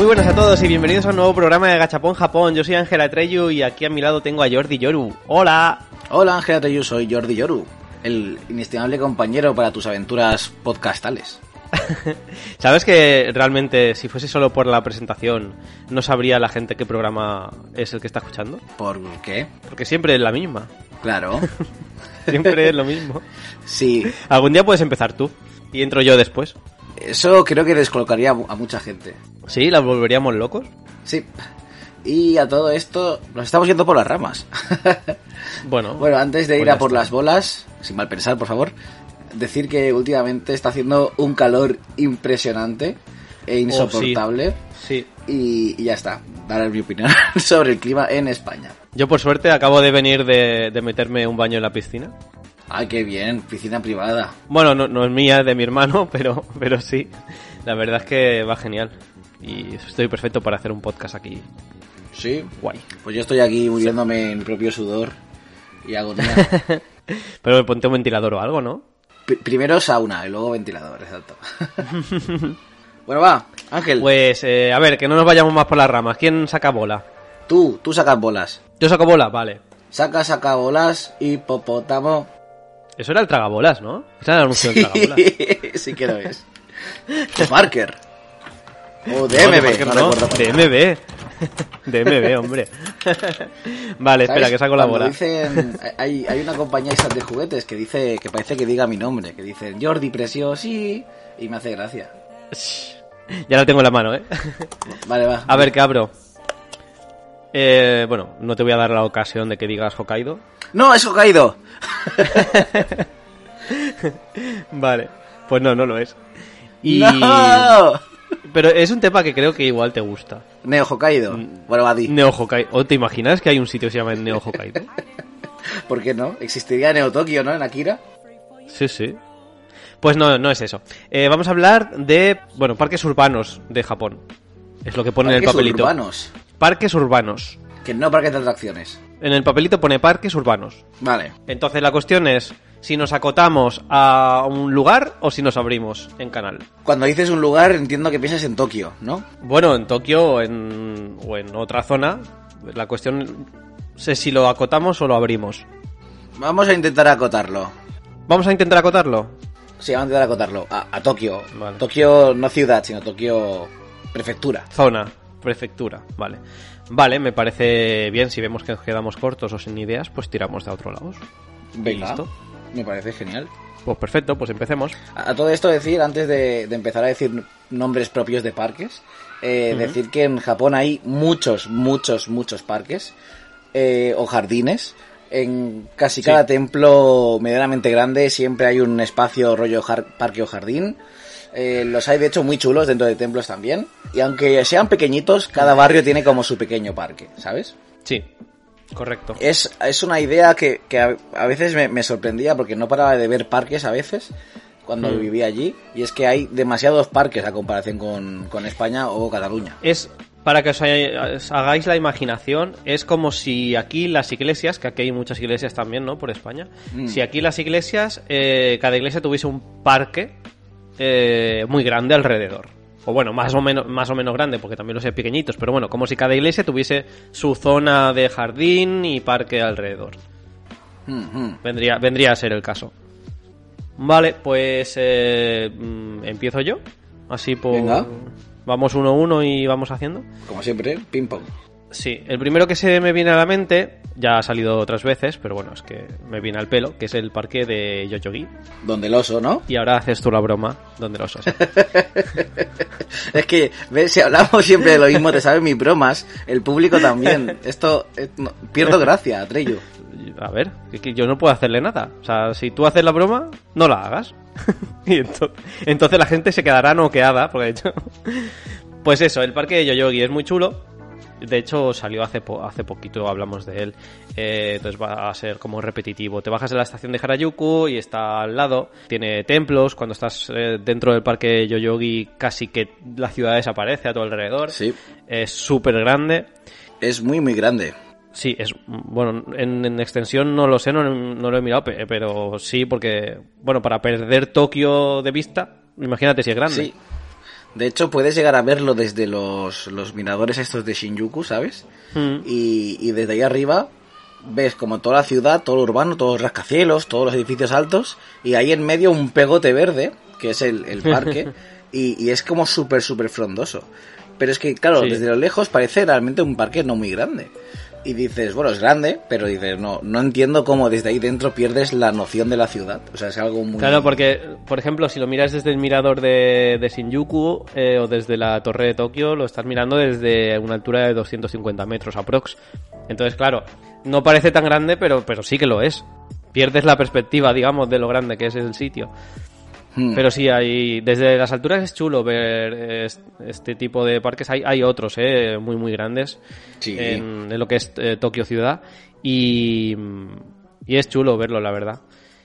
Muy buenas a todos y bienvenidos a un nuevo programa de Gachapón Japón. Yo soy Ángela Treyu y aquí a mi lado tengo a Jordi Yoru. ¡Hola! Hola Ángela Treyu, soy Jordi Yoru, el inestimable compañero para tus aventuras podcastales. ¿Sabes que realmente si fuese solo por la presentación no sabría la gente qué programa es el que está escuchando? ¿Por qué? Porque siempre es la misma. Claro. Siempre es lo mismo. Sí. Algún día puedes empezar tú y entro yo después. Eso creo que descolocaría a mucha gente. ¿Sí? ¿Las volveríamos locos? Sí. Y a todo esto nos estamos yendo por las ramas. Bueno, antes de ir pues a por las bolas, sin mal pensar, por favor, decir que últimamente está haciendo un calor impresionante e insoportable. Oh, sí. Y ya está. Dar mi opinión sobre el clima en España. Yo por suerte acabo de venir de meterme un baño en la piscina. Ay, qué bien, piscina privada. Bueno, no es mía, es de mi hermano, pero sí. La verdad es que va genial. Y estoy perfecto para hacer un podcast aquí. Sí, guay. Pues yo estoy aquí muriéndome en propio sudor y agonía. Pero ponte un ventilador o algo, ¿no? Primero sauna y luego ventilador, exacto. Bueno, va, Ángel. Pues, a ver, que no nos vayamos más por las ramas. ¿Quién saca bola? Tú sacas bolas. Yo saco bola, vale. Saca bolas, hipopótamo. Eso era el tragabolas, ¿no? Ese era el anuncio del tragabolas. Sí que lo es. O Parker. O DMB, no, no recuerdo. DMB. DMB, hombre. Vale, espera, que saco la bola. Dicen, hay una compañía de juguetes que dice, que parece que diga mi nombre, que dicen Jordi Preciosi, y me hace gracia. Ya la tengo en la mano, ¿eh? Vale, va. A ver, ¿qué abro? Bueno, no te voy a dar la ocasión de que digas Hokkaido. ¡No, es Hokkaido! Vale, pues no lo es. Y... ¡No! Pero es un tema que creo que igual te gusta. Neo Hokkaido. Bueno, va, di. Neo Hokkaido. ¿O te imaginas que hay un sitio que se llama Neo Hokkaido? ¿Por qué no? Existiría Neo Tokio, ¿no? En Akira. Sí. Pues no es eso. Vamos a hablar de, bueno, parques urbanos de Japón. Es lo que pone en el papelito. Urbanos. Parques urbanos. Que no parques de atracciones. En el papelito pone parques urbanos. Vale. Entonces la cuestión es si nos acotamos a un lugar o si nos abrimos en canal. Cuando dices un lugar entiendo que piensas en Tokio, ¿no? Bueno, en Tokio o en otra zona. La cuestión es si lo acotamos o lo abrimos. Vamos a intentar acotarlo. ¿Vamos a intentar acotarlo? Sí, vamos a intentar acotarlo. A Tokio. Vale. Tokio no ciudad, sino Tokio prefectura. Zona, prefectura, vale. Vale, me parece bien. Si vemos que nos quedamos cortos o sin ideas, pues tiramos de otro lado. Venga, ¿listo? Me parece genial. Pues perfecto, pues empecemos. A todo esto decir, antes de empezar a decir nombres propios de parques, decir que en Japón hay muchos parques o jardines. En casi cada templo medianamente grande siempre hay un espacio rollo parque o jardín. Los hay de hecho muy chulos dentro de templos también. Y aunque sean pequeñitos, cada barrio tiene como su pequeño parque, ¿sabes? Sí, correcto. Es una idea que a veces me sorprendía porque no paraba de ver parques a veces cuando vivía allí. Y es que hay demasiados parques a comparación con España o Cataluña. Es, para que os hagáis la imaginación, es como si aquí las iglesias, que aquí hay muchas iglesias también, ¿no? Por España. Si aquí las iglesias, cada iglesia tuviese un parque muy grande alrededor. O bueno, más o menos grande, porque también los hay pequeñitos. Pero bueno, como si cada iglesia tuviese su zona de jardín y parque alrededor. Vendría a ser el caso. Vale, pues empiezo yo. Así por... Venga. Vamos 1-1 y vamos haciendo. Como siempre, ping pong. Sí, el primero que se me viene a la mente, ya ha salido otras veces, pero bueno, es que me viene al pelo, que es el parque de Yoyogi. Donde el oso, ¿no? Y ahora haces tú la broma, donde el oso. ¿Sí? Es que, ves, si hablamos siempre de lo mismo, te sabes mis bromas, el público también. Esto, pierdo gracia, Treyu. A ver, es que yo no puedo hacerle nada. O sea, si tú haces la broma, no la hagas. Y entonces la gente se quedará noqueada, porque de hecho... Pues eso, el parque de Yoyogi es muy chulo. De hecho, salió hace poquito, hablamos de él. Entonces va a ser como repetitivo. Te bajas de la estación de Harajuku y está al lado. Tiene templos. Cuando estás dentro del parque Yoyogi, casi que la ciudad desaparece a tu alrededor. Sí. Es súper grande. Es muy, muy grande. Sí, es bueno, en extensión no lo sé, no lo he mirado, pero sí, porque, bueno, para perder Tokio de vista, imagínate si es grande. Sí. De hecho, puedes llegar a verlo desde los miradores estos de Shinjuku, ¿sabes? Y desde ahí arriba ves como toda la ciudad, todo lo urbano, todos los rascacielos, todos los edificios altos, y ahí en medio un pegote verde, que es el parque, y es como súper frondoso. Pero es que, claro, desde lo lejos parece realmente un parque no muy grande. Y dices, bueno, es grande, pero dices, no entiendo cómo desde ahí dentro pierdes la noción de la ciudad. O sea, es algo muy... Claro, porque, por ejemplo, si lo miras desde el mirador de Shinjuku o desde la torre de Tokio, lo estás mirando desde una altura de 250 metros aprox. Entonces, claro, no parece tan grande, pero sí que lo es. Pierdes la perspectiva, digamos, de lo grande que es el sitio. Pero sí, desde las alturas es chulo ver este tipo de parques. Hay otros, muy grandes en lo que es Tokio ciudad, y es chulo verlo, la verdad.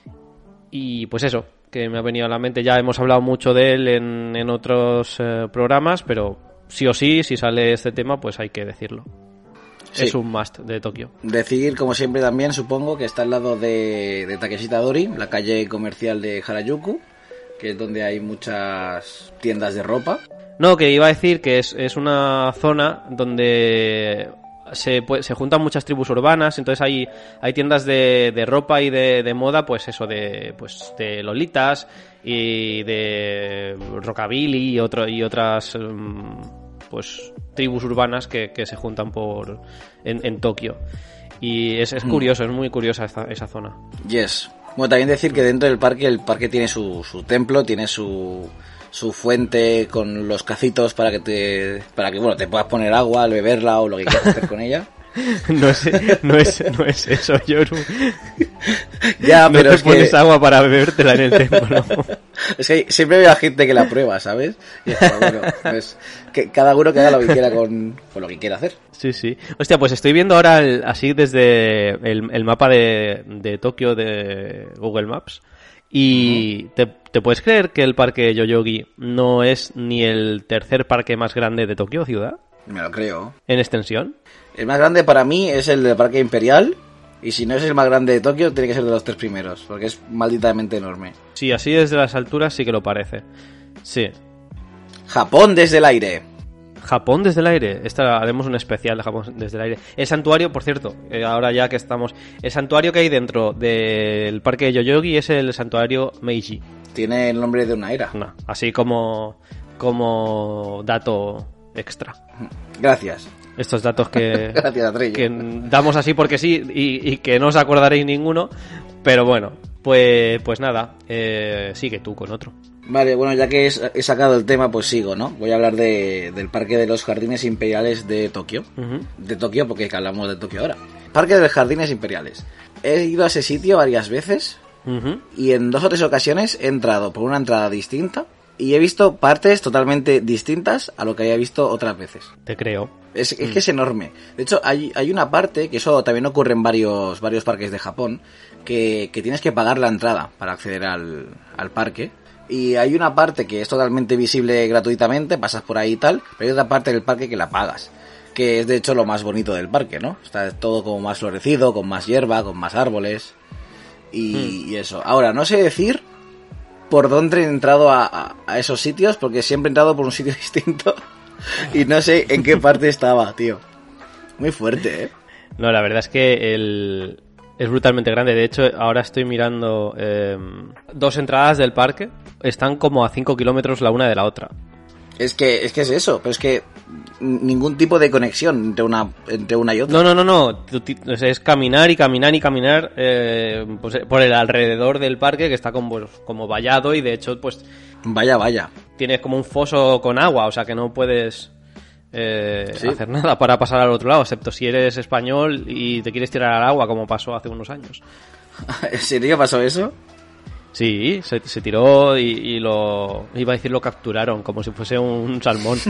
Y pues eso, que me ha venido a la mente. Ya hemos hablado mucho de él en otros programas, pero sí o sí, si sale este tema, pues hay que decirlo. Sí. Es un must de Tokio. Decir, como siempre también, supongo que está al lado de Takeshita Dori, la calle comercial de Harajuku, que es donde hay muchas tiendas de ropa. No, que iba a decir que es una zona donde se juntan muchas tribus urbanas, entonces hay tiendas de ropa y de moda, pues eso, de lolitas y de rockabilly y otras pues tribus urbanas que se juntan en Tokio. Y es curioso, es muy curiosa esa zona. Yes. Bueno, también decir que dentro del parque, el parque tiene su templo, tiene su fuente con los cacitos para que bueno, te puedas poner agua al beberla o lo que quieras hacer con ella. No es eso, Yoru. Ya, pero no te pones agua para bebértela en el templo. Es que siempre veo a gente que la prueba, ¿sabes? Y es bueno, pues que cada uno que haga lo que quiera con lo que quiera hacer. Sí. Hostia, pues estoy viendo ahora así desde el mapa de Tokio de Google Maps. Y ¿te puedes creer que el parque Yoyogi no es ni el tercer parque más grande de Tokio ciudad? Me lo creo. ¿En extensión? El más grande para mí es el del Parque Imperial. Y si no es el más grande de Tokio, tiene que ser de los 3 primeros. Porque es malditamente enorme. Sí, así desde las alturas sí que lo parece. Sí. Japón desde el aire. Japón desde el aire. Haremos un especial de Japón desde el aire. El santuario, por cierto, ahora ya que estamos... El santuario que hay dentro del parque de Yoyogi es el santuario Meiji. Tiene el nombre de una era. No, así como dato extra. Gracias. Estos datos que, Gracias, que damos así porque sí y que no os acordaréis ninguno. Pero bueno, pues nada, sigue tú con otro. Vale, bueno, ya que he sacado el tema, pues sigo, ¿no? Voy a hablar del Parque de los Jardines Imperiales de Tokio. De Tokio, porque hablamos de Tokio ahora. Parque de los Jardines Imperiales. He ido a ese sitio varias veces y en 2 o 3 ocasiones he entrado por una entrada distinta y he visto partes totalmente distintas a lo que había visto otras veces. Te creo. Es que es enorme. De hecho, hay una parte, que eso también ocurre en varios parques de Japón, que tienes que pagar la entrada para acceder al parque. Y hay una parte que es totalmente visible gratuitamente, pasas por ahí y tal, pero hay otra parte del parque que la pagas, que es de hecho lo más bonito del parque, ¿no? Está todo como más florecido, con más hierba, con más árboles y eso. Ahora, no sé decir por dónde he entrado a esos sitios, porque siempre he entrado por un sitio distinto y no sé en qué parte estaba, tío. Muy fuerte, ¿eh? No, la verdad es que es brutalmente grande. De hecho, ahora estoy mirando 2 entradas del parque. Están como a 5 kilómetros la una de la otra. Es que es eso, pero es que ningún tipo de conexión entre una y otra. No. Es caminar y caminar y caminar pues, por el alrededor del parque, que está como vallado, y de hecho, pues... Vaya. Tienes como un foso con agua, o sea que no puedes hacer nada para pasar al otro lado, excepto si eres español y te quieres tirar al agua, como pasó hace unos años. ¿En serio pasó eso? Sí, se tiró y iba a decir lo capturaron, como si fuese un salmón.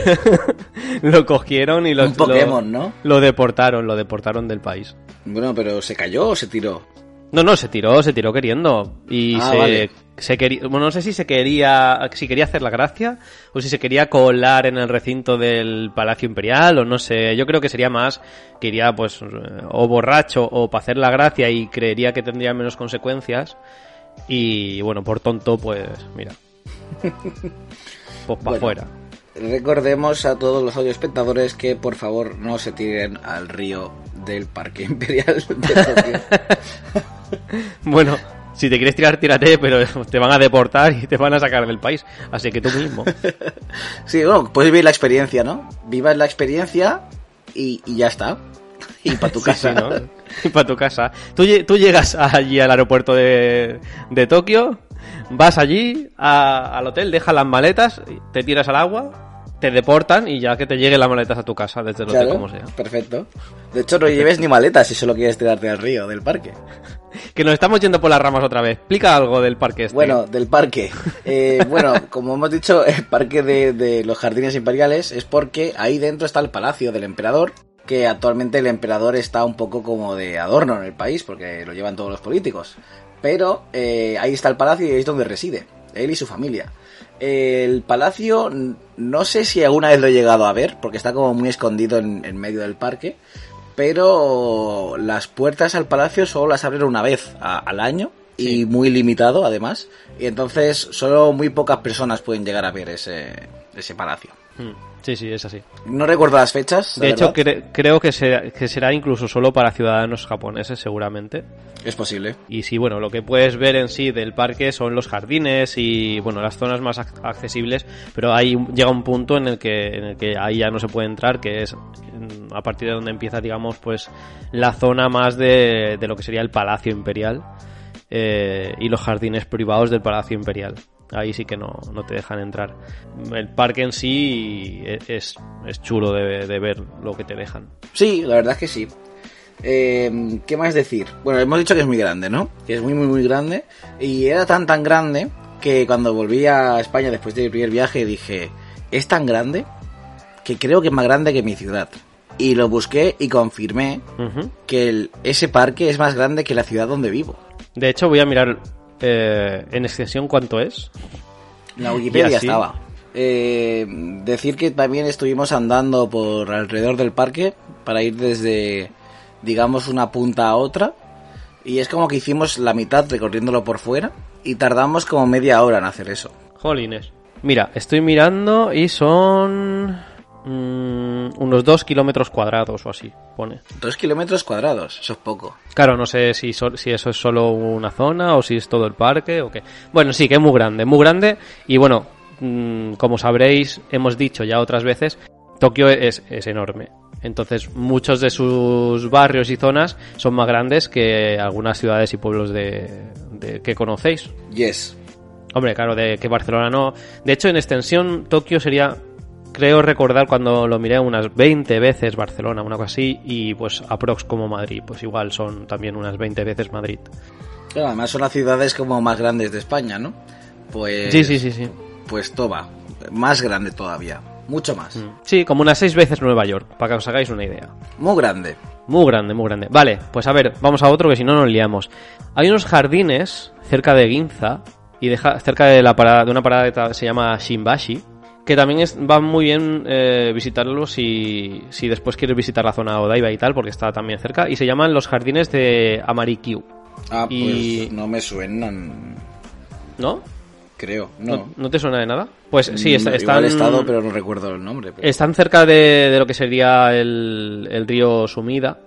Lo cogieron y un Pokémon, ¿no? Lo deportaron del país. Bueno, pero ¿se cayó o se tiró? No, se tiró queriendo. Y vale. Bueno, no sé si quería hacer la gracia o si se quería colar en el recinto del Palacio Imperial, o no sé. Yo creo que sería más que iría pues o borracho o para hacer la gracia y creería que tendría menos consecuencias. Y bueno, por tonto, pues mira. pues para afuera. Recordemos a todos los audioespectadores que por favor no se tiren al río del Parque Imperial de Tokio. Bueno, si te quieres tirar, tírate, pero te van a deportar y te van a sacar del país. Así que tú mismo. Sí, bueno, puedes vivir la experiencia, ¿no? Vivas la experiencia y ya está. Y para tu casa. Sí, ¿no? Y para tu casa. Tú llegas allí al aeropuerto de Tokio, vas allí al hotel, dejas las maletas, te tiras al agua, te deportan y ya que te lleguen las maletas a tu casa desde el hotel, como sea. Perfecto. De hecho, no lleves ni maletas si solo quieres tirarte al río del parque. Que nos estamos yendo por las ramas otra vez. Explica algo del parque este. Bueno, del parque. Bueno, como hemos dicho, el parque de los Jardines Imperiales es porque ahí dentro está el palacio del emperador, que actualmente el emperador está un poco como de adorno en el país, porque lo llevan todos los políticos. Pero ahí está el palacio y ahí es donde reside, él y su familia. El palacio, no sé si alguna vez lo he llegado a ver, porque está como muy escondido en medio del parque, pero las puertas al palacio solo las abren una vez al año, sí. Y muy limitado además, y entonces solo muy pocas personas pueden llegar a ver ese palacio. Sí, sí, es así. No recuerdo las fechas. De hecho, creo que será incluso solo para ciudadanos japoneses, seguramente. Es posible. Y sí, bueno, lo que puedes ver en sí del parque son los jardines y, bueno, las zonas más accesibles, pero ahí llega un punto en el que ahí ya no se puede entrar, que es a partir de donde empieza, digamos, pues la zona más de lo que sería el Palacio Imperial y los jardines privados del Palacio Imperial. Ahí sí que no te dejan entrar. El parque en sí es chulo de ver lo que te dejan. Sí, la verdad es que sí. ¿Qué más decir? Bueno, hemos dicho que es muy grande, ¿no? Que es muy, muy, muy grande. Y era tan grande que cuando volví a España después del primer viaje dije, es tan grande que creo que es más grande que mi ciudad. Y lo busqué y confirmé que ese parque es más grande que la ciudad donde vivo. De hecho, voy a mirar en extensión cuánto es. En la Wikipedia estaba. Decir que también estuvimos andando por alrededor del parque para ir desde, digamos, una punta a otra, y es como que hicimos la mitad recorriéndolo por fuera y tardamos como media hora en hacer eso. Jolines. Mira, estoy mirando y son unos 2 kilómetros cuadrados o así, pone. 2 kilómetros cuadrados, eso es poco. Claro, no sé si eso es solo una zona o si es todo el parque o qué. Bueno, sí, que es muy grande y bueno, como sabréis, hemos dicho ya otras veces, Tokio es enorme. Entonces, muchos de sus barrios y zonas son más grandes que algunas ciudades y pueblos que conocéis. Yes. Hombre, claro, que Barcelona no. De hecho, en extensión, Tokio sería, creo recordar cuando lo miré, unas 20 veces Barcelona, una cosa así, y pues aprox como Madrid, pues igual son también unas 20 veces Madrid. Claro, además son las ciudades como más grandes de España, ¿no? Pues sí. Pues toma, más grande todavía, mucho más. Sí, como unas 6 veces Nueva York, para que os hagáis una idea. Muy grande. Muy grande. Vale, pues a ver, vamos a otro que si no nos liamos. Hay unos jardines cerca de Ginza y cerca de una parada que se llama Shimbashi, que también va muy bien visitarlos si después quieres visitar la zona Odaiba y tal, porque está también cerca, y se llaman los jardines de Amarikyu. Ah, pues no me suenan. ¿No? Creo, no. ¿No te suena de nada? Pues sí, están... Igual he estado, pero no recuerdo el nombre. Pero... Están cerca de lo que sería el río Sumida,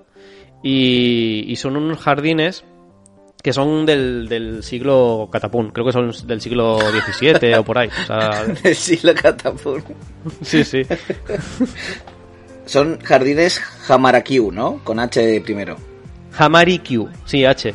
y son unos jardines que son del siglo Catapún. Creo que son del siglo XVII o por ahí. O sea... Del siglo Catapún. Sí. Son jardines Hamarakyu, ¿no? Con H primero. Hamarikyu, sí, H.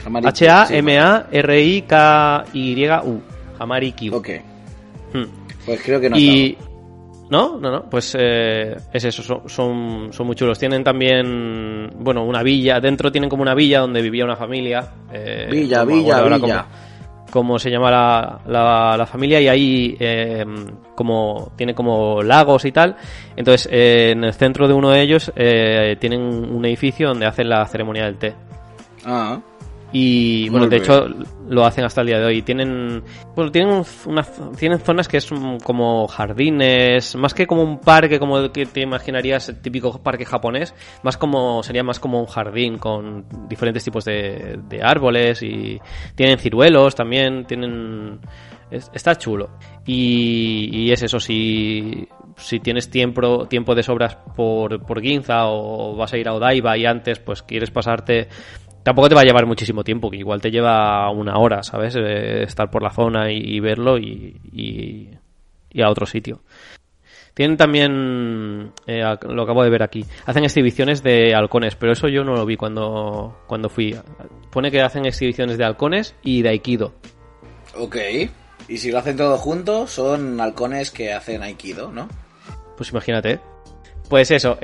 Hamarikyu. Hamarikyu. Ok. Pues creo que no. Y... ¿No? Pues es eso, son muy chulos. Tienen también, bueno, una villa. Dentro tienen como una villa donde vivía una familia. Villa. Como se llama la familia, y ahí tiene como lagos y tal. Entonces, en el centro de uno de ellos tienen un edificio donde hacen la ceremonia del té. Ah. Y bueno, de hecho lo hacen hasta el día de hoy. Tienen zonas que es como jardines, más que como un parque como el que te imaginarías, el típico parque japonés, sería más como un jardín con diferentes tipos de árboles, y tienen ciruelos también, tienen Está chulo. Y es eso, si tienes tiempo de sobras por Ginza o vas a ir a Odaiba y antes pues quieres pasarte... Tampoco te va a llevar muchísimo tiempo, que igual te lleva 1 hora, ¿sabes? Estar por la zona y verlo y a otro sitio. Tienen también, lo acabo de ver aquí, hacen exhibiciones de halcones, pero eso yo no lo vi cuando fui. Pone que hacen exhibiciones de halcones y de aikido. Ok. Y si lo hacen todo juntos, son halcones que hacen aikido, ¿no? Pues imagínate. Pues eso.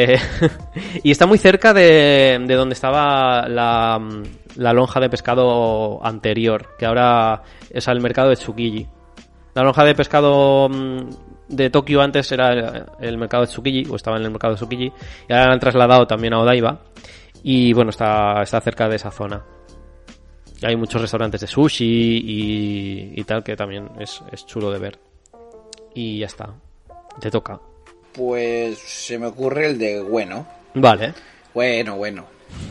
Y está muy cerca de donde estaba la lonja de pescado anterior, que ahora es al mercado de Tsukiji. La lonja de pescado de Tokio antes era el mercado de Tsukiji, o estaba en el mercado de Tsukiji, y ahora la han trasladado también a Odaiba. Y bueno, está cerca de esa zona. Hay muchos restaurantes de sushi y tal, que también es chulo de ver. Y ya está. Te toca. Pues se me ocurre el de Ueno. Vale. Bueno.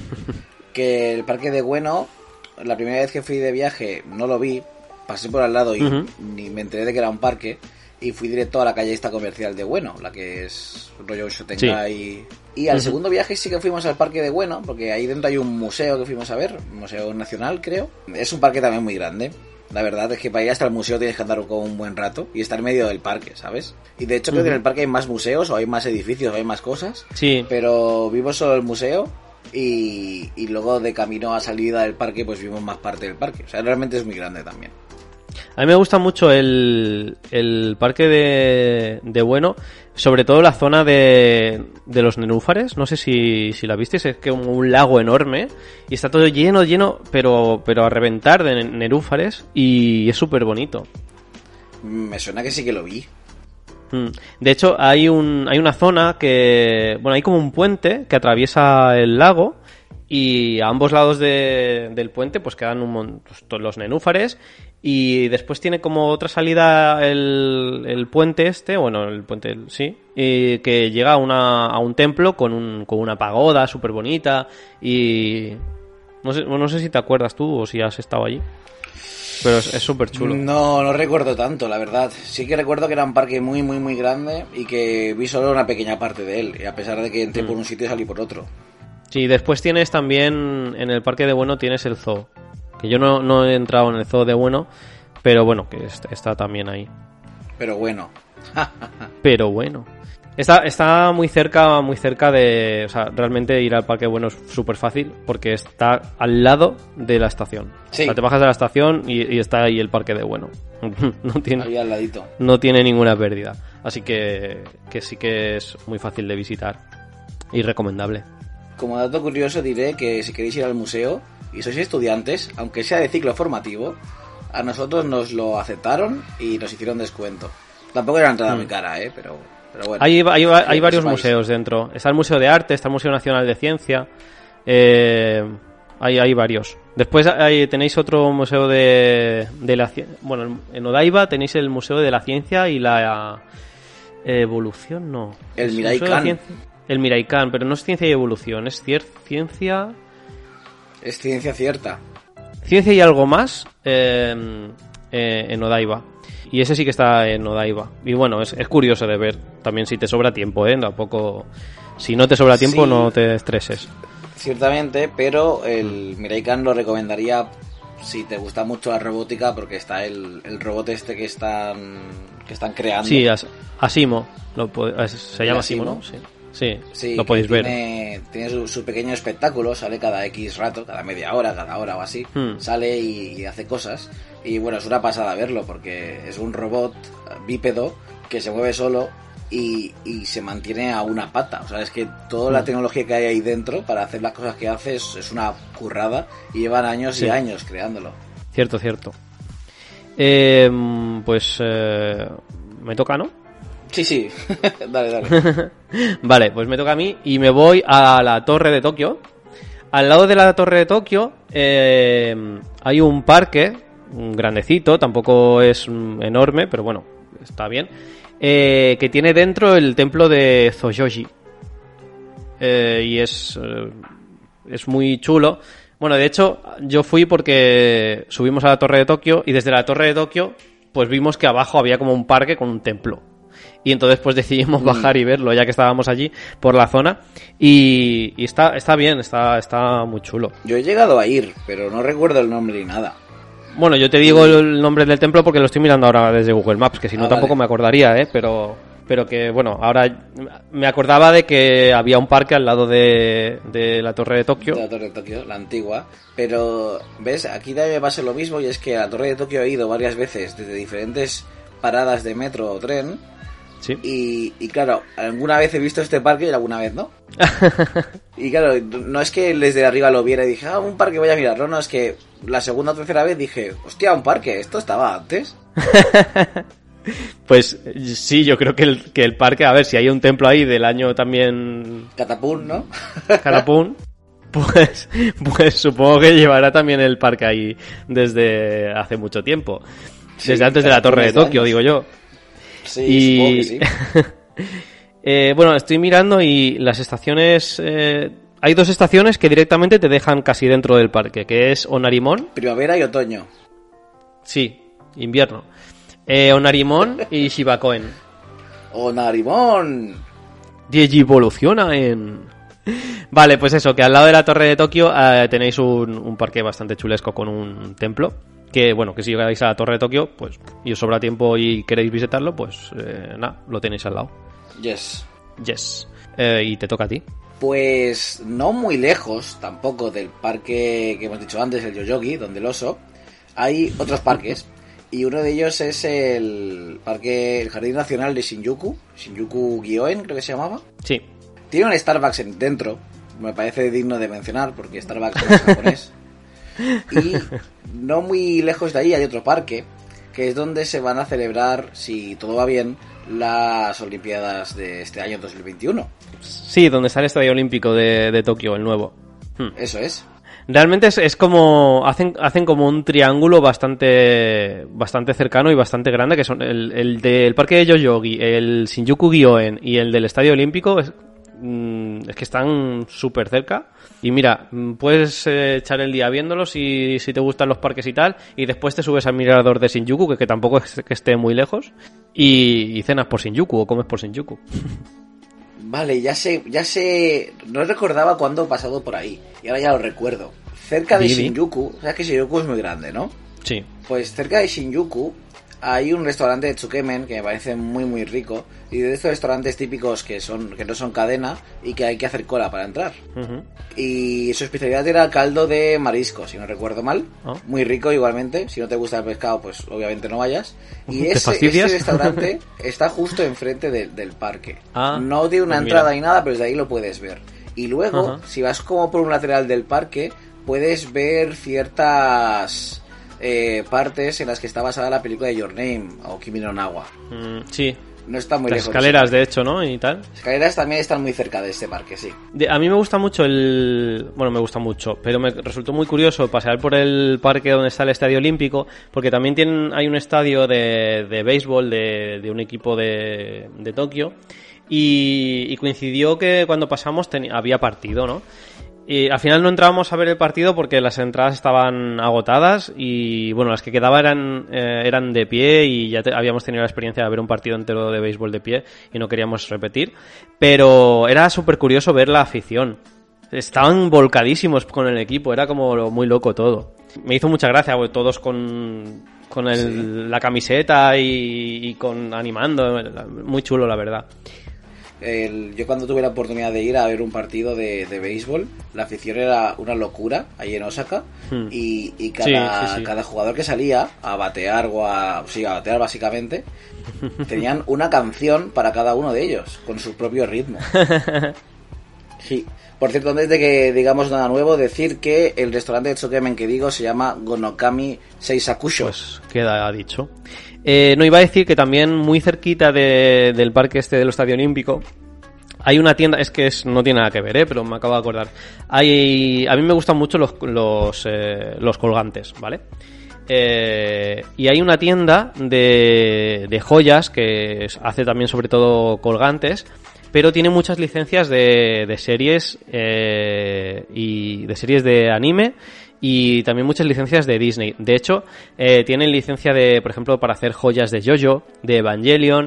Que el parque de Ueno, la primera vez que fui de viaje no lo vi, pasé por al lado y ni me enteré de que era un parque. Y fui directo a la calle esta comercial de Ueno, la que es rollo Shotengai. Sí. Y al segundo viaje sí que fuimos al parque de Ueno, porque ahí dentro hay un museo que fuimos a ver, un museo nacional creo. Es un parque también muy grande. La verdad es que para ir hasta el museo tienes que andar con un buen rato y estar en medio del parque, ¿sabes? Y de hecho creo que en el parque hay más museos o hay más edificios o hay más cosas. Sí. Pero vimos solo el museo y luego de camino a salida del parque pues vimos más parte del parque. O sea, realmente es muy grande también. A mí me gusta mucho el parque de Ueno, sobre todo la zona de los nenúfares. No sé si la visteis, es que un lago enorme y está todo lleno, pero a reventar de nenúfares y es súper bonito. Me suena que sí que lo vi. De hecho, hay una zona que... Bueno, hay como un puente que atraviesa el lago y a ambos lados del puente pues quedan pues, los nenúfares. Y después tiene como otra salida el puente el puente, sí, que llega a un templo con una pagoda súper bonita y no sé si te acuerdas tú o si has estado allí, pero es súper chulo. No recuerdo tanto, la verdad. Sí que recuerdo que era un parque muy, muy, muy grande y que vi solo una pequeña parte de él, y a pesar de que entré por un sitio y salí por otro. Sí, después tienes también, en el parque de Ueno tienes el zoo. Que yo no he entrado en el zoo de Ueno, pero bueno, que está también ahí. Pero bueno. Está muy cerca de... O sea, realmente ir al parque de Ueno es súper fácil porque está al lado de la estación. Sí. O sea, te bajas de la estación y está ahí el parque de Ueno. Ahí al ladito. No tiene ninguna pérdida. Así que sí que es muy fácil de visitar y recomendable. Como dato curioso diré que si queréis ir al museo y sois estudiantes, aunque sea de ciclo formativo, a nosotros nos lo aceptaron y nos hicieron descuento. Tampoco era una entrada muy cara, pero bueno. Hay varios museos dentro. Está el Museo de Arte, está el Museo Nacional de Ciencia. Hay varios. Después tenéis otro museo de la ciencia. Bueno, en Odaiba tenéis el Museo de la Ciencia y la Evolución, no. El Miraikan. El Miraikan, pero no es ciencia y evolución, es ciencia... Es ciencia cierta. Ciencia y algo más en Odaiba. Y ese sí que está en Odaiba. Y bueno, es curioso de ver. También si te sobra tiempo, Tampoco... Si no te sobra tiempo, sí, no te estreses. Ciertamente, pero el Miraikan lo recomendaría si te gusta mucho la robótica, porque está el robot que están creando. Sí, Asimo. Se llama Asimo, ¿no? Sí, lo podéis ver. Tiene su pequeño espectáculo, sale cada X rato, cada media hora, cada hora o así. Sale y hace cosas. Y bueno, es una pasada verlo, porque es un robot bípedo que se mueve solo y se mantiene a una pata. O sea, es que toda la tecnología que hay ahí dentro para hacer las cosas que hace es una currada y llevan años y años creándolo. Cierto. Pues me toca, ¿no? Sí. Dale. Vale, pues me toca a mí y me voy a la Torre de Tokio. Al lado de la Torre de Tokio hay un parque grandecito, tampoco es enorme, pero bueno, está bien, que tiene dentro el templo de Zojoji. Y es muy chulo. Bueno, de hecho, yo fui porque subimos a la Torre de Tokio y desde la Torre de Tokio pues vimos que abajo había como un parque con un templo. Y entonces pues decidimos bajar y verlo, ya que estábamos allí por la zona. Y está bien, está muy chulo. Yo he llegado a ir, pero no recuerdo el nombre ni nada. Bueno, yo te digo el nombre del templo porque lo estoy mirando ahora desde Google Maps, que si no tampoco me acordaría, pero que bueno, ahora me acordaba de que había un parque al lado de la Torre de Tokio. De la Torre de Tokio, la antigua. Pero, ¿ves? Aquí también me pasa lo mismo, y es que a la Torre de Tokio he ido varias veces desde diferentes paradas de metro o tren. Sí. Y claro, alguna vez he visto este parque y alguna vez no. Y claro, no es que desde arriba lo viera y dije, un parque, voy a mirarlo. No, es que la segunda o tercera vez dije, hostia, un parque, esto estaba antes. Pues sí, yo creo que el parque, a ver, si hay un templo ahí del año también... Catapún, ¿no? Catapún, pues supongo que llevará también el parque ahí desde hace mucho tiempo. Desde Sí, antes de la Torre de Tokio, digo yo. Sí, supongo que sí. Bueno, estoy mirando y las estaciones... hay 2 estaciones que directamente te dejan casi dentro del parque, que es Onarimon. Primavera y otoño. Sí, invierno. Onarimon y Shibakoen. ¡Onarimon! Digivoluciona en... Vale, pues eso, que al lado de la Torre de Tokio tenéis un parque bastante chulesco con un templo. Que bueno, que si llegáis a la Torre de Tokio, pues y os sobra tiempo y queréis visitarlo, pues nada, lo tenéis al lado. Yes. Y te toca a ti. Pues no muy lejos tampoco del parque que hemos dicho antes, el Yoyogi, donde el oso, hay otros parques. Y uno de ellos es el Jardín Nacional de Shinjuku Gyoen, creo que se llamaba. Sí. Tiene un Starbucks dentro, me parece digno de mencionar, porque Starbucks no es japonés. Y no muy lejos de ahí hay otro parque, que es donde se van a celebrar, si todo va bien, las Olimpiadas de este año 2021. Sí, donde está el Estadio Olímpico de Tokio, el nuevo. Eso es. Realmente es como... Hacen como un triángulo bastante cercano y bastante grande, que son el del parque de Yoyogi, el Shinjuku Gyoen y el del Estadio Olímpico. Es que están súper cerca. Y mira, puedes echar el día viéndolos si te gustan los parques y tal. Y después te subes al mirador de Shinjuku, que tampoco es que esté muy lejos. Y cenas por Shinjuku o comes por Shinjuku. Vale, ya sé, no recordaba cuándo he pasado por ahí, y ahora ya lo recuerdo. Cerca de Shinjuku, o sea que Shinjuku es muy grande, ¿no? Sí. Pues cerca de Shinjuku hay un restaurante de tsukemen que me parece muy muy rico, y de estos restaurantes típicos que no son cadena y que hay que hacer cola para entrar. Uh-huh. Y su especialidad era caldo de marisco, si no recuerdo mal. Oh. Muy rico igualmente. Si no te gusta el pescado, pues obviamente no vayas. Y ese restaurante está justo enfrente del parque. Ah, no tiene una pues entrada ni nada, pero desde ahí lo puedes ver. Y luego, uh-huh, si vas como por un lateral del parque, puedes ver ciertas partes en las que está basada la película de Your Name o Kimi no Nawa. Sí. No está muy Las lejos. escaleras, de hecho, ¿no? Y tal. Las escaleras también están muy cerca de este parque, sí. A mí me gusta mucho Bueno, me gusta mucho, pero me resultó muy curioso pasear por el parque donde está el Estadio Olímpico, porque también hay un estadio de béisbol de un equipo de Tokio, y coincidió que cuando pasamos había partido, ¿no? Y al final no entrábamos a ver el partido porque las entradas estaban agotadas y bueno, las que quedaban eran de pie y ya habíamos tenido la experiencia de ver un partido entero de béisbol de pie y no queríamos repetir, pero era súper curioso ver la afición. Estaban volcadísimos con el equipo, era como muy loco todo. Me hizo mucha gracia, pues, todos con la camiseta y con animando, muy chulo la verdad. Yo cuando tuve la oportunidad de ir a ver un partido de béisbol, la afición era una locura ahí en Osaka, y cada jugador que salía a batear a batear básicamente, tenían una canción para cada uno de ellos con su propio ritmo. Sí. Por cierto, antes de que digamos nada nuevo, decir que el restaurante de tsukemen que digo se llama Gonokami Seisakusho. Pues queda dicho. No, iba a decir que también muy cerquita del parque del Estadio Olímpico hay una tienda, no tiene nada que ver, pero me acabo de acordar. A mí me gustan mucho los colgantes, ¿vale? Y hay una tienda de joyas que hace también sobre todo colgantes, pero tiene muchas licencias de series y de series de anime y también muchas licencias de Disney. De hecho, tienen licencia de, por ejemplo, para hacer joyas de JoJo, de Evangelion,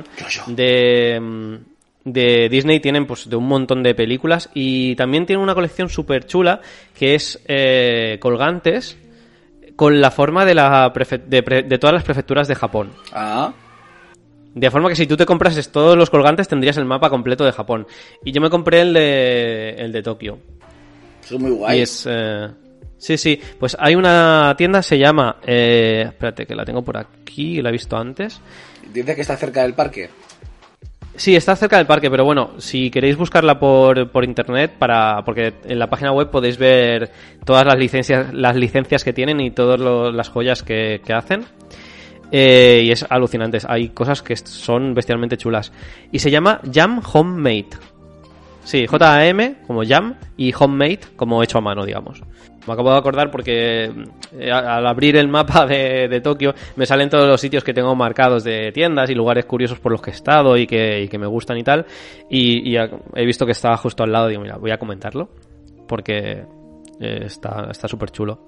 de Disney tienen pues de un montón de películas, y también tienen una colección súper chula que es colgantes con la forma de de todas las prefecturas de Japón. Ah. De forma que si tú te comprases todos los colgantes tendrías el mapa completo de Japón. Y yo me compré el de Tokio. Eso es muy guay. Y es... sí, pues hay una tienda, se llama... espérate, que la tengo por aquí, la he visto antes. Dice que está cerca del parque. Sí, está cerca del parque, pero bueno, si queréis buscarla por internet, porque en la página web podéis ver todas las licencias que tienen y todas las joyas que hacen. Y es alucinante, hay cosas que son bestialmente chulas. Y se llama Jam Homemade. Sí, J-A-M como Jam y Homemade como hecho a mano, digamos. Me acabo de acordar porque al abrir el mapa de Tokio me salen todos los sitios que tengo marcados de tiendas y lugares curiosos por los que he estado y que me gustan y tal. Y he visto que estaba justo al lado, digo, mira, voy a comentarlo porque está súper chulo.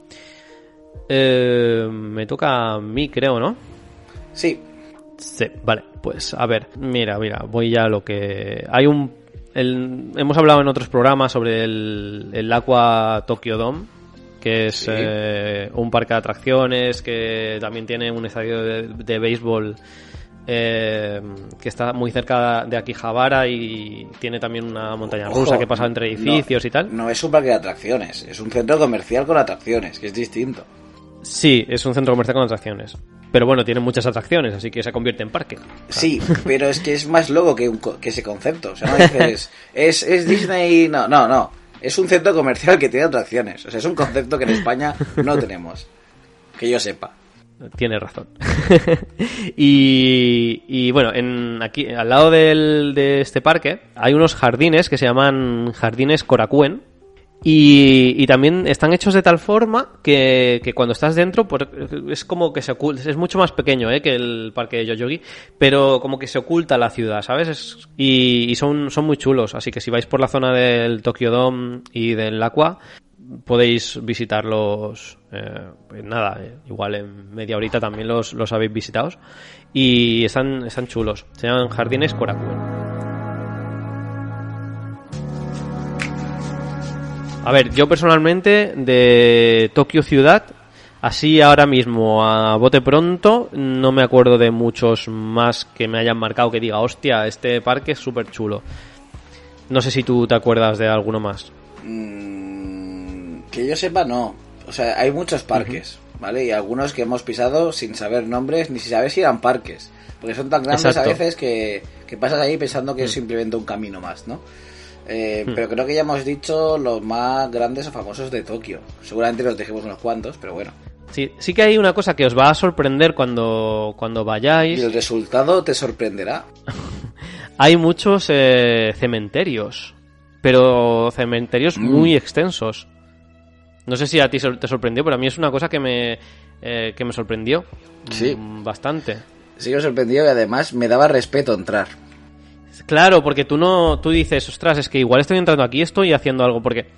Me toca a mí, creo, ¿no? Sí. Sí, vale, pues a ver, mira, voy ya a lo que... hemos hablado en otros programas sobre el Aqua Tokyo Dome, que es un parque de atracciones, que también tiene un estadio de béisbol que está muy cerca de Akihabara, y tiene también una montaña rusa que pasa entre edificios y tal. No es un parque de atracciones, es un centro comercial con atracciones, que es distinto. Sí, es un centro comercial con atracciones. Pero bueno, tiene muchas atracciones, así que se convierte en parque. Sí, pero es que es más loco que ese concepto. O sea, no dices, es Disney... No. Es un centro comercial que tiene atracciones. O sea, es un concepto que en España no tenemos. Que yo sepa. Tienes razón. y bueno, aquí al lado de este parque hay unos jardines que se llaman Jardines Korakuen. Y también están hechos de tal forma que cuando estás dentro pues es como que se oculta, es mucho más pequeño que el parque de Yoyogi, pero como que se oculta la ciudad, ¿sabes? Y son muy chulos, así que si vais por la zona del Tokyo Dome y del Aqua podéis visitarlos igual en media horita también los habéis visitado, y están chulos, se llaman Jardines Korakuen. A ver, yo personalmente de Tokio ciudad, así ahora mismo a bote pronto, no me acuerdo de muchos más que me hayan marcado que diga, hostia, este parque es súper chulo. No sé si tú te acuerdas de alguno más. Que yo sepa, no. O sea, hay muchos parques, ¿vale? Y algunos que hemos pisado sin saber nombres, ni sin saber si eran parques. Porque son tan grandes Exacto. A veces que pasas ahí pensando que es simplemente un camino más, ¿no? Pero creo que ya hemos dicho los más grandes o famosos de Tokio. Seguramente los dejemos unos cuantos, pero bueno. Sí que hay una cosa que os va a sorprender cuando vayáis. Y el resultado te sorprenderá. Hay muchos cementerios, pero cementerios muy extensos. No sé si a ti te sorprendió, pero a mí es una cosa que me sorprendió bastante. Sí, me sorprendió y además me daba respeto entrar. Claro, porque tú dices, ostras, es que igual estoy entrando aquí, estoy haciendo algo, porque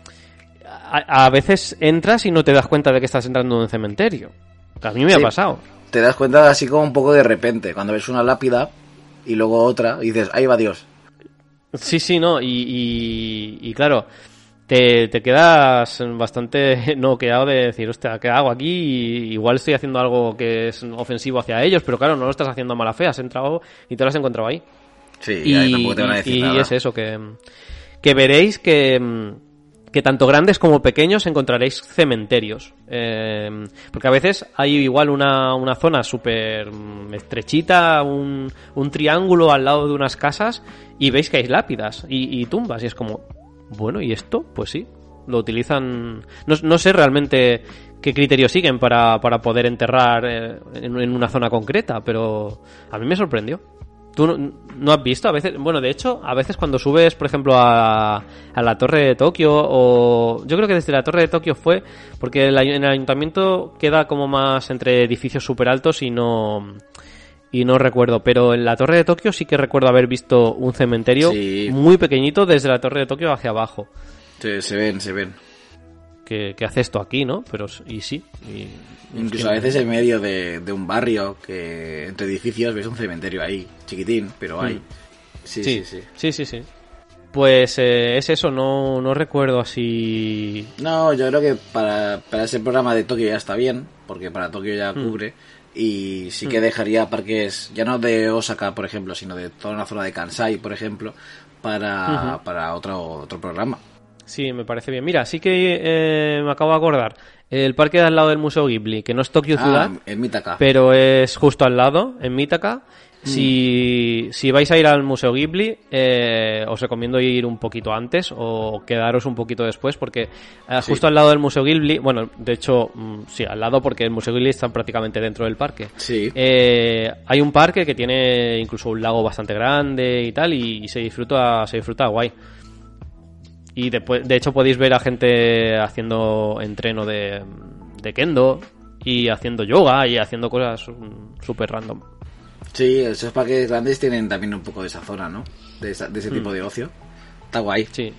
a veces entras y no te das cuenta de que estás entrando en un cementerio. A mí me ha pasado. Te das cuenta así como un poco de repente, cuando ves una lápida y luego otra, y dices, ahí va Dios. Sí, no, y claro, te quedas bastante noqueado de decir, hostia, ¿qué hago aquí? Igual estoy haciendo algo que es ofensivo hacia ellos, pero claro, no lo estás haciendo a mala fe, has entrado y te lo has encontrado ahí. Sí, y ahí tampoco te van a decir nada. Y es eso, que veréis que tanto grandes como pequeños encontraréis cementerios. Porque a veces hay igual una zona súper estrechita, un triángulo al lado de unas casas, y veis que hay lápidas y tumbas, y es como, bueno, ¿y esto? Pues sí, lo utilizan... No sé realmente qué criterios siguen para poder enterrar en una zona concreta, pero a mí me sorprendió. ¿Tú no has visto? A veces, bueno, de hecho, a veces cuando subes, por ejemplo, a la Torre de Tokio, o yo creo que desde la Torre de Tokio fue, porque en el ayuntamiento queda como más entre edificios súper altos y no recuerdo, pero en la Torre de Tokio sí que recuerdo haber visto un cementerio muy pequeñito desde la Torre de Tokio hacia abajo. Sí, se ven. ¿qué hace esto aquí, no? Pero, y sí. Incluso a veces en medio de un barrio, que entre edificios ves un cementerio ahí, chiquitín, pero hay. Sí. Pues es eso, no recuerdo así... No, yo creo que para ese programa de Tokio ya está bien, porque para Tokio ya cubre, y sí que dejaría parques, ya no de Osaka, por ejemplo, sino de toda una zona de Kansai, por ejemplo, para otro programa. Sí, me parece bien. Mira, sí que me acabo de acordar. El parque de al lado del Museo Ghibli, que no es Tokio Ciudad, en Mitaka. Pero es justo al lado, en Mitaka. Si vais a ir al Museo Ghibli, os recomiendo ir un poquito antes o quedaros un poquito después, porque justo al lado del Museo Ghibli, bueno, de hecho, sí, al lado, porque el Museo Ghibli está prácticamente dentro del parque. Sí. Hay un parque que tiene incluso un lago bastante grande y tal, y se disfruta guay. Y después, de hecho, podéis ver a gente haciendo entreno de kendo y haciendo yoga y haciendo cosas súper random. Sí, esos parques grandes tienen también un poco de esa zona, ¿no? De ese tipo de ocio. Está guay. Sí.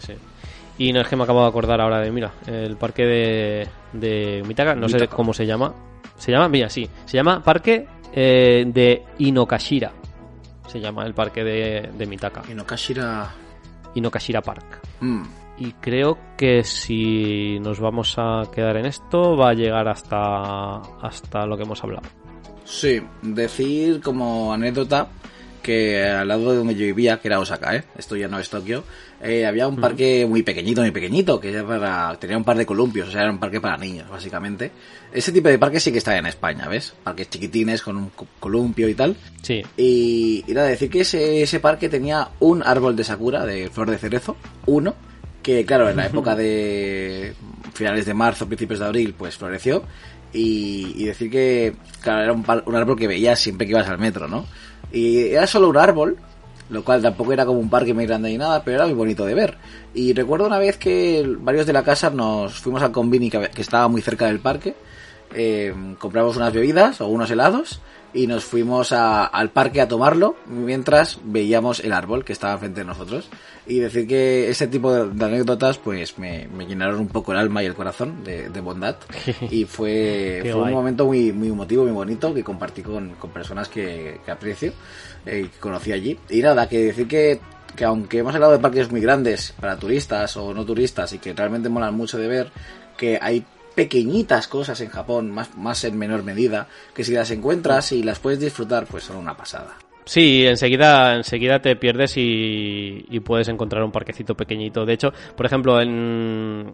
Y no es que me acabo de acordar ahora de, mira, el parque de Mitaka, no sé cómo se llama. Se llama Parque de Inokashira. Se llama el parque de Mitaka. Inokashira Park. Y creo que si nos vamos a quedar en esto, va a llegar hasta lo que hemos hablado. Sí, decir como anécdota que al lado de donde yo vivía, que era Osaka, esto ya no es Tokio, había un parque muy pequeñito, que tenía un par de columpios, o sea, era un parque para niños, básicamente. Ese tipo de parques sí que está en España, ¿ves? Parques chiquitines con un columpio y tal. Sí. Y nada, decir que ese parque tenía un árbol de sakura, de flor de cerezo, uno, que claro, en la época de finales de marzo, principios de abril, pues floreció. Y decir que, claro, era un árbol que veías siempre que ibas al metro, ¿no? Y era solo un árbol, lo cual tampoco era como un parque muy grande ni nada, pero era muy bonito de ver. Y recuerdo una vez que varios de la casa nos fuimos al Konbini que estaba muy cerca del parque, compramos unas bebidas o unos helados y nos fuimos al parque a tomarlo mientras veíamos el árbol que estaba frente de nosotros. Y decir que ese tipo de anécdotas pues me llenaron un poco el alma y el corazón de bondad. Y fue un momento muy, muy emotivo, muy bonito, que compartí con personas que aprecio y que conocí allí. Y nada, que decir que aunque hemos hablado de parques muy grandes para turistas o no turistas y que realmente molan mucho de ver, que hay pequeñitas cosas en Japón, más en menor medida, que si las encuentras y las puedes disfrutar, pues son una pasada. Sí, enseguida te pierdes y puedes encontrar un parquecito pequeñito. De hecho, por ejemplo, en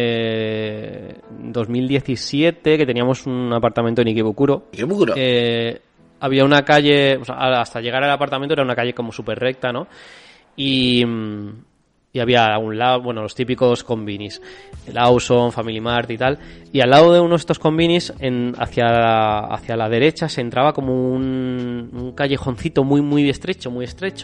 2017, que teníamos un apartamento en Ikebukuro, había una calle, o sea, hasta llegar al apartamento era una calle como súper recta, ¿no? Y había a un lado, bueno, los típicos konbinis, el Lawson, Family Mart y tal, y al lado de uno de estos konbinis, hacia la derecha, se entraba como un callejoncito muy estrecho,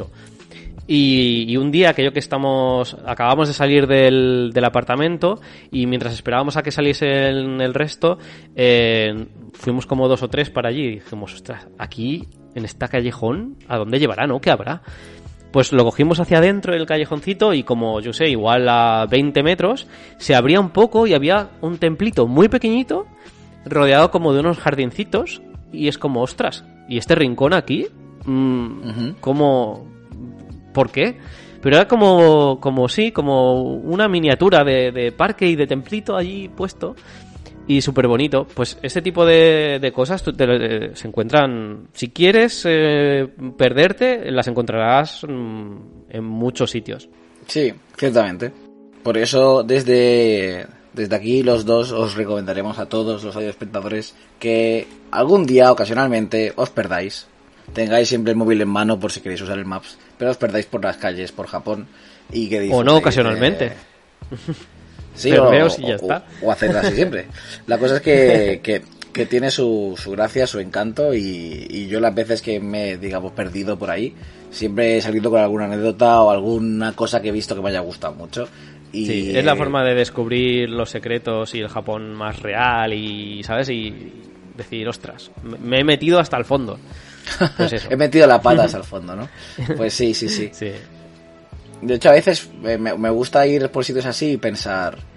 y un día, aquello que acabamos de salir del apartamento, y mientras esperábamos a que saliese el resto, fuimos como 2 o 3 para allí, y dijimos, ostras, aquí, en esta callejón, ¿a dónde llevará, no? ¿Qué habrá? Pues lo cogimos hacia adentro del callejoncito y como, yo sé, igual a 20 metros, se abría un poco y había un templito muy pequeñito, rodeado como de unos jardincitos, y es como, ostras, ¿y este rincón aquí? ¿Cómo? ¿Por qué? Pero era como una miniatura de parque y de templito allí puesto. Y súper bonito. Pues este tipo de cosas se encuentran... Si quieres perderte, las encontrarás en muchos sitios. Sí, ciertamente. Por eso, desde aquí, los dos os recomendaremos a todos los espectadores que algún día, ocasionalmente, os perdáis. Tengáis siempre el móvil en mano por si queréis usar el Maps. Pero os perdáis por las calles, por Japón. Y que o no, ocasionalmente. Sí, o hacerla así siempre. La cosa es que tiene su gracia, su encanto y yo las veces que me he, digamos, perdido por ahí, siempre he salido con alguna anécdota o alguna cosa que he visto que me haya gustado mucho. Y sí, es la forma de descubrir los secretos y el Japón más real y, ¿sabes? Y decir, ostras, me he metido hasta el fondo. Pues eso. He metido la pata hasta el fondo, ¿no? Pues sí. De hecho, a veces me gusta ir por sitios así y pensar,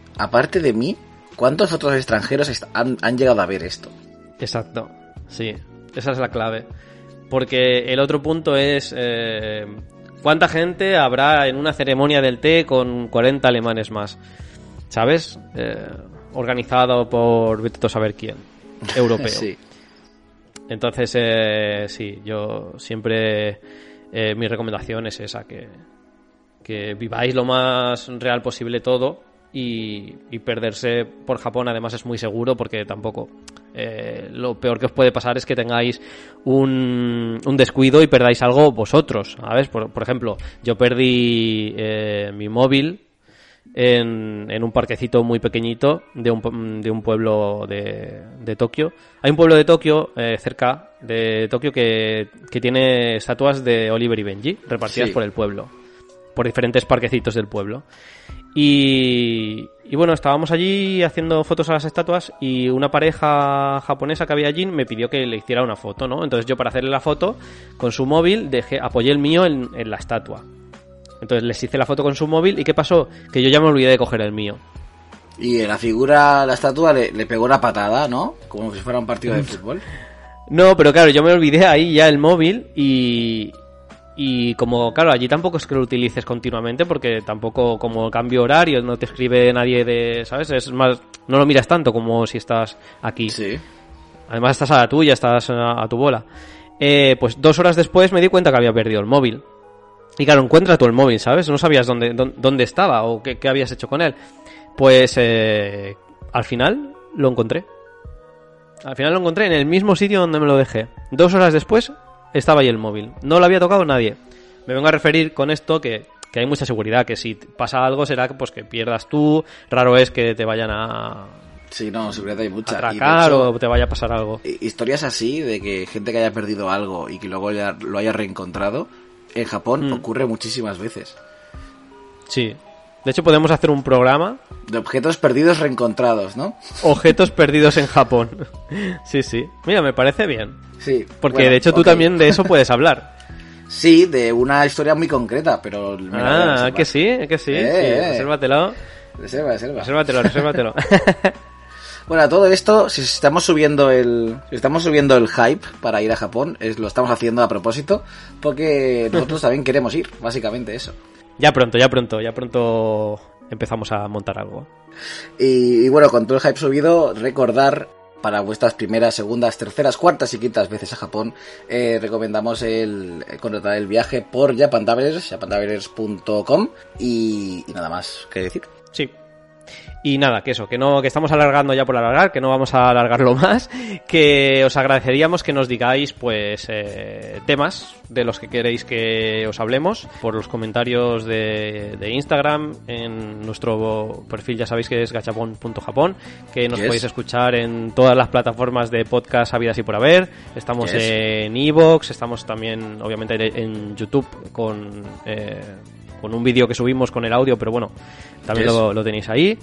aparte de mí, ¿cuántos otros extranjeros han llegado a ver esto? Exacto, sí, esa es la clave. Porque el otro punto es ¿cuánta gente habrá en una ceremonia del té con 40 alemanes más? ¿Sabes? Organizado por vete a saber quién, europeo. Sí. Entonces, sí, yo siempre mi recomendación es esa, que viváis lo más real posible todo y perderse por Japón además es muy seguro porque tampoco lo peor que os puede pasar es que tengáis un descuido y perdáis algo vosotros, ¿sabes? Por ejemplo, yo perdí mi móvil en un parquecito muy pequeñito de un pueblo de Tokio. Hay un pueblo de Tokio, cerca de Tokio, que tiene estatuas de Oliver y Benji repartidas por el pueblo, por diferentes parquecitos del pueblo. Y bueno, estábamos allí haciendo fotos a las estatuas y una pareja japonesa que había allí me pidió que le hiciera una foto, ¿no? Entonces yo, para hacerle la foto con su móvil, apoyé el mío en la estatua. Entonces les hice la foto con su móvil y ¿qué pasó? Que yo ya me olvidé de coger el mío. Y la figura, la estatua, le pegó una patada, ¿no? Como si fuera un partido de fútbol. No, pero claro, yo me olvidé ahí ya el móvil y como, claro, allí tampoco es que lo utilices continuamente porque tampoco, como cambio horario, no te escribe nadie de, ¿sabes? Es más, no lo miras tanto como si estás aquí. Sí. Además estás a la tuya, estás a tu bola. Pues 2 horas después me di cuenta que había perdido el móvil. Y claro, encuentra tú el móvil, ¿sabes? No sabías dónde estaba o qué habías hecho con él. Pues al final lo encontré. Al final lo encontré en el mismo sitio donde me lo dejé. 2 horas después estaba ahí el móvil. No lo había tocado nadie. Me vengo a referir con esto que hay mucha seguridad, que si pasa algo será pues que pierdas tú. Raro es que te vayan a... Sí, no, seguridad hay mucha. Atracar o te vaya a pasar algo. Historias así de que gente que haya perdido algo y que luego lo haya reencontrado, en Japón ocurre muchísimas veces. Sí. De hecho, podemos hacer un programa de objetos perdidos reencontrados, ¿no? Objetos perdidos en Japón. Sí, sí. Mira, me parece bien. Sí. Porque bueno, de hecho tú también de eso puedes hablar. Sí, de una historia muy concreta, pero... que sí. Resérvatelo. Resérvatelo. Bueno, a todo esto, si estamos subiendo el hype para ir a Japón, lo estamos haciendo a propósito, porque nosotros también queremos ir, básicamente eso. Ya pronto empezamos a montar algo. Y bueno, con todo el hype subido, recordar para vuestras primeras, segundas, terceras, cuartas y quintas veces a Japón, recomendamos contratar el viaje por Japan Travelers, japantravelers.com y nada más que decir. Sí. Y nada, que estamos alargando ya por alargar, que no vamos a alargarlo más, que os agradeceríamos que nos digáis pues temas de los que queréis que os hablemos por los comentarios de Instagram, en nuestro perfil ya sabéis que es gachapon.japón, que nos podéis escuchar en todas las plataformas de podcast habidas y por haber. Estamos en iVoox, estamos también obviamente en YouTube con un vídeo que subimos con el audio, pero bueno, también lo tenéis ahí.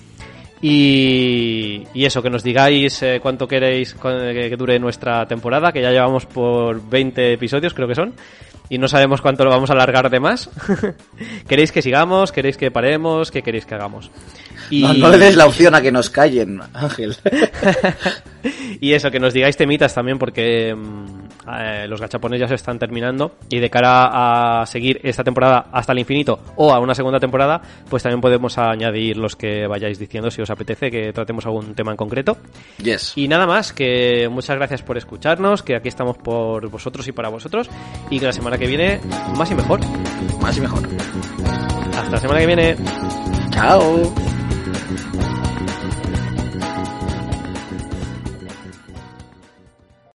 Y eso, que nos digáis cuánto queréis que dure nuestra temporada, que ya llevamos por 20 episodios, creo que son, y no sabemos cuánto lo vamos a alargar de más. ¿Queréis que sigamos? ¿Queréis que paremos? ¿Qué queréis que hagamos? No le des la opción a que nos callen, Ángel. Y eso, que nos digáis temitas también, porque los gachapones ya se están terminando y de cara a seguir esta temporada hasta el infinito o a una segunda temporada, pues también podemos añadir los que vayáis diciendo si os apetece que tratemos algún tema en concreto. Y nada más, que muchas gracias por escucharnos, que aquí estamos por vosotros y para vosotros, y que la semana que viene más y mejor. Más y mejor. Hasta la semana que viene. Chao.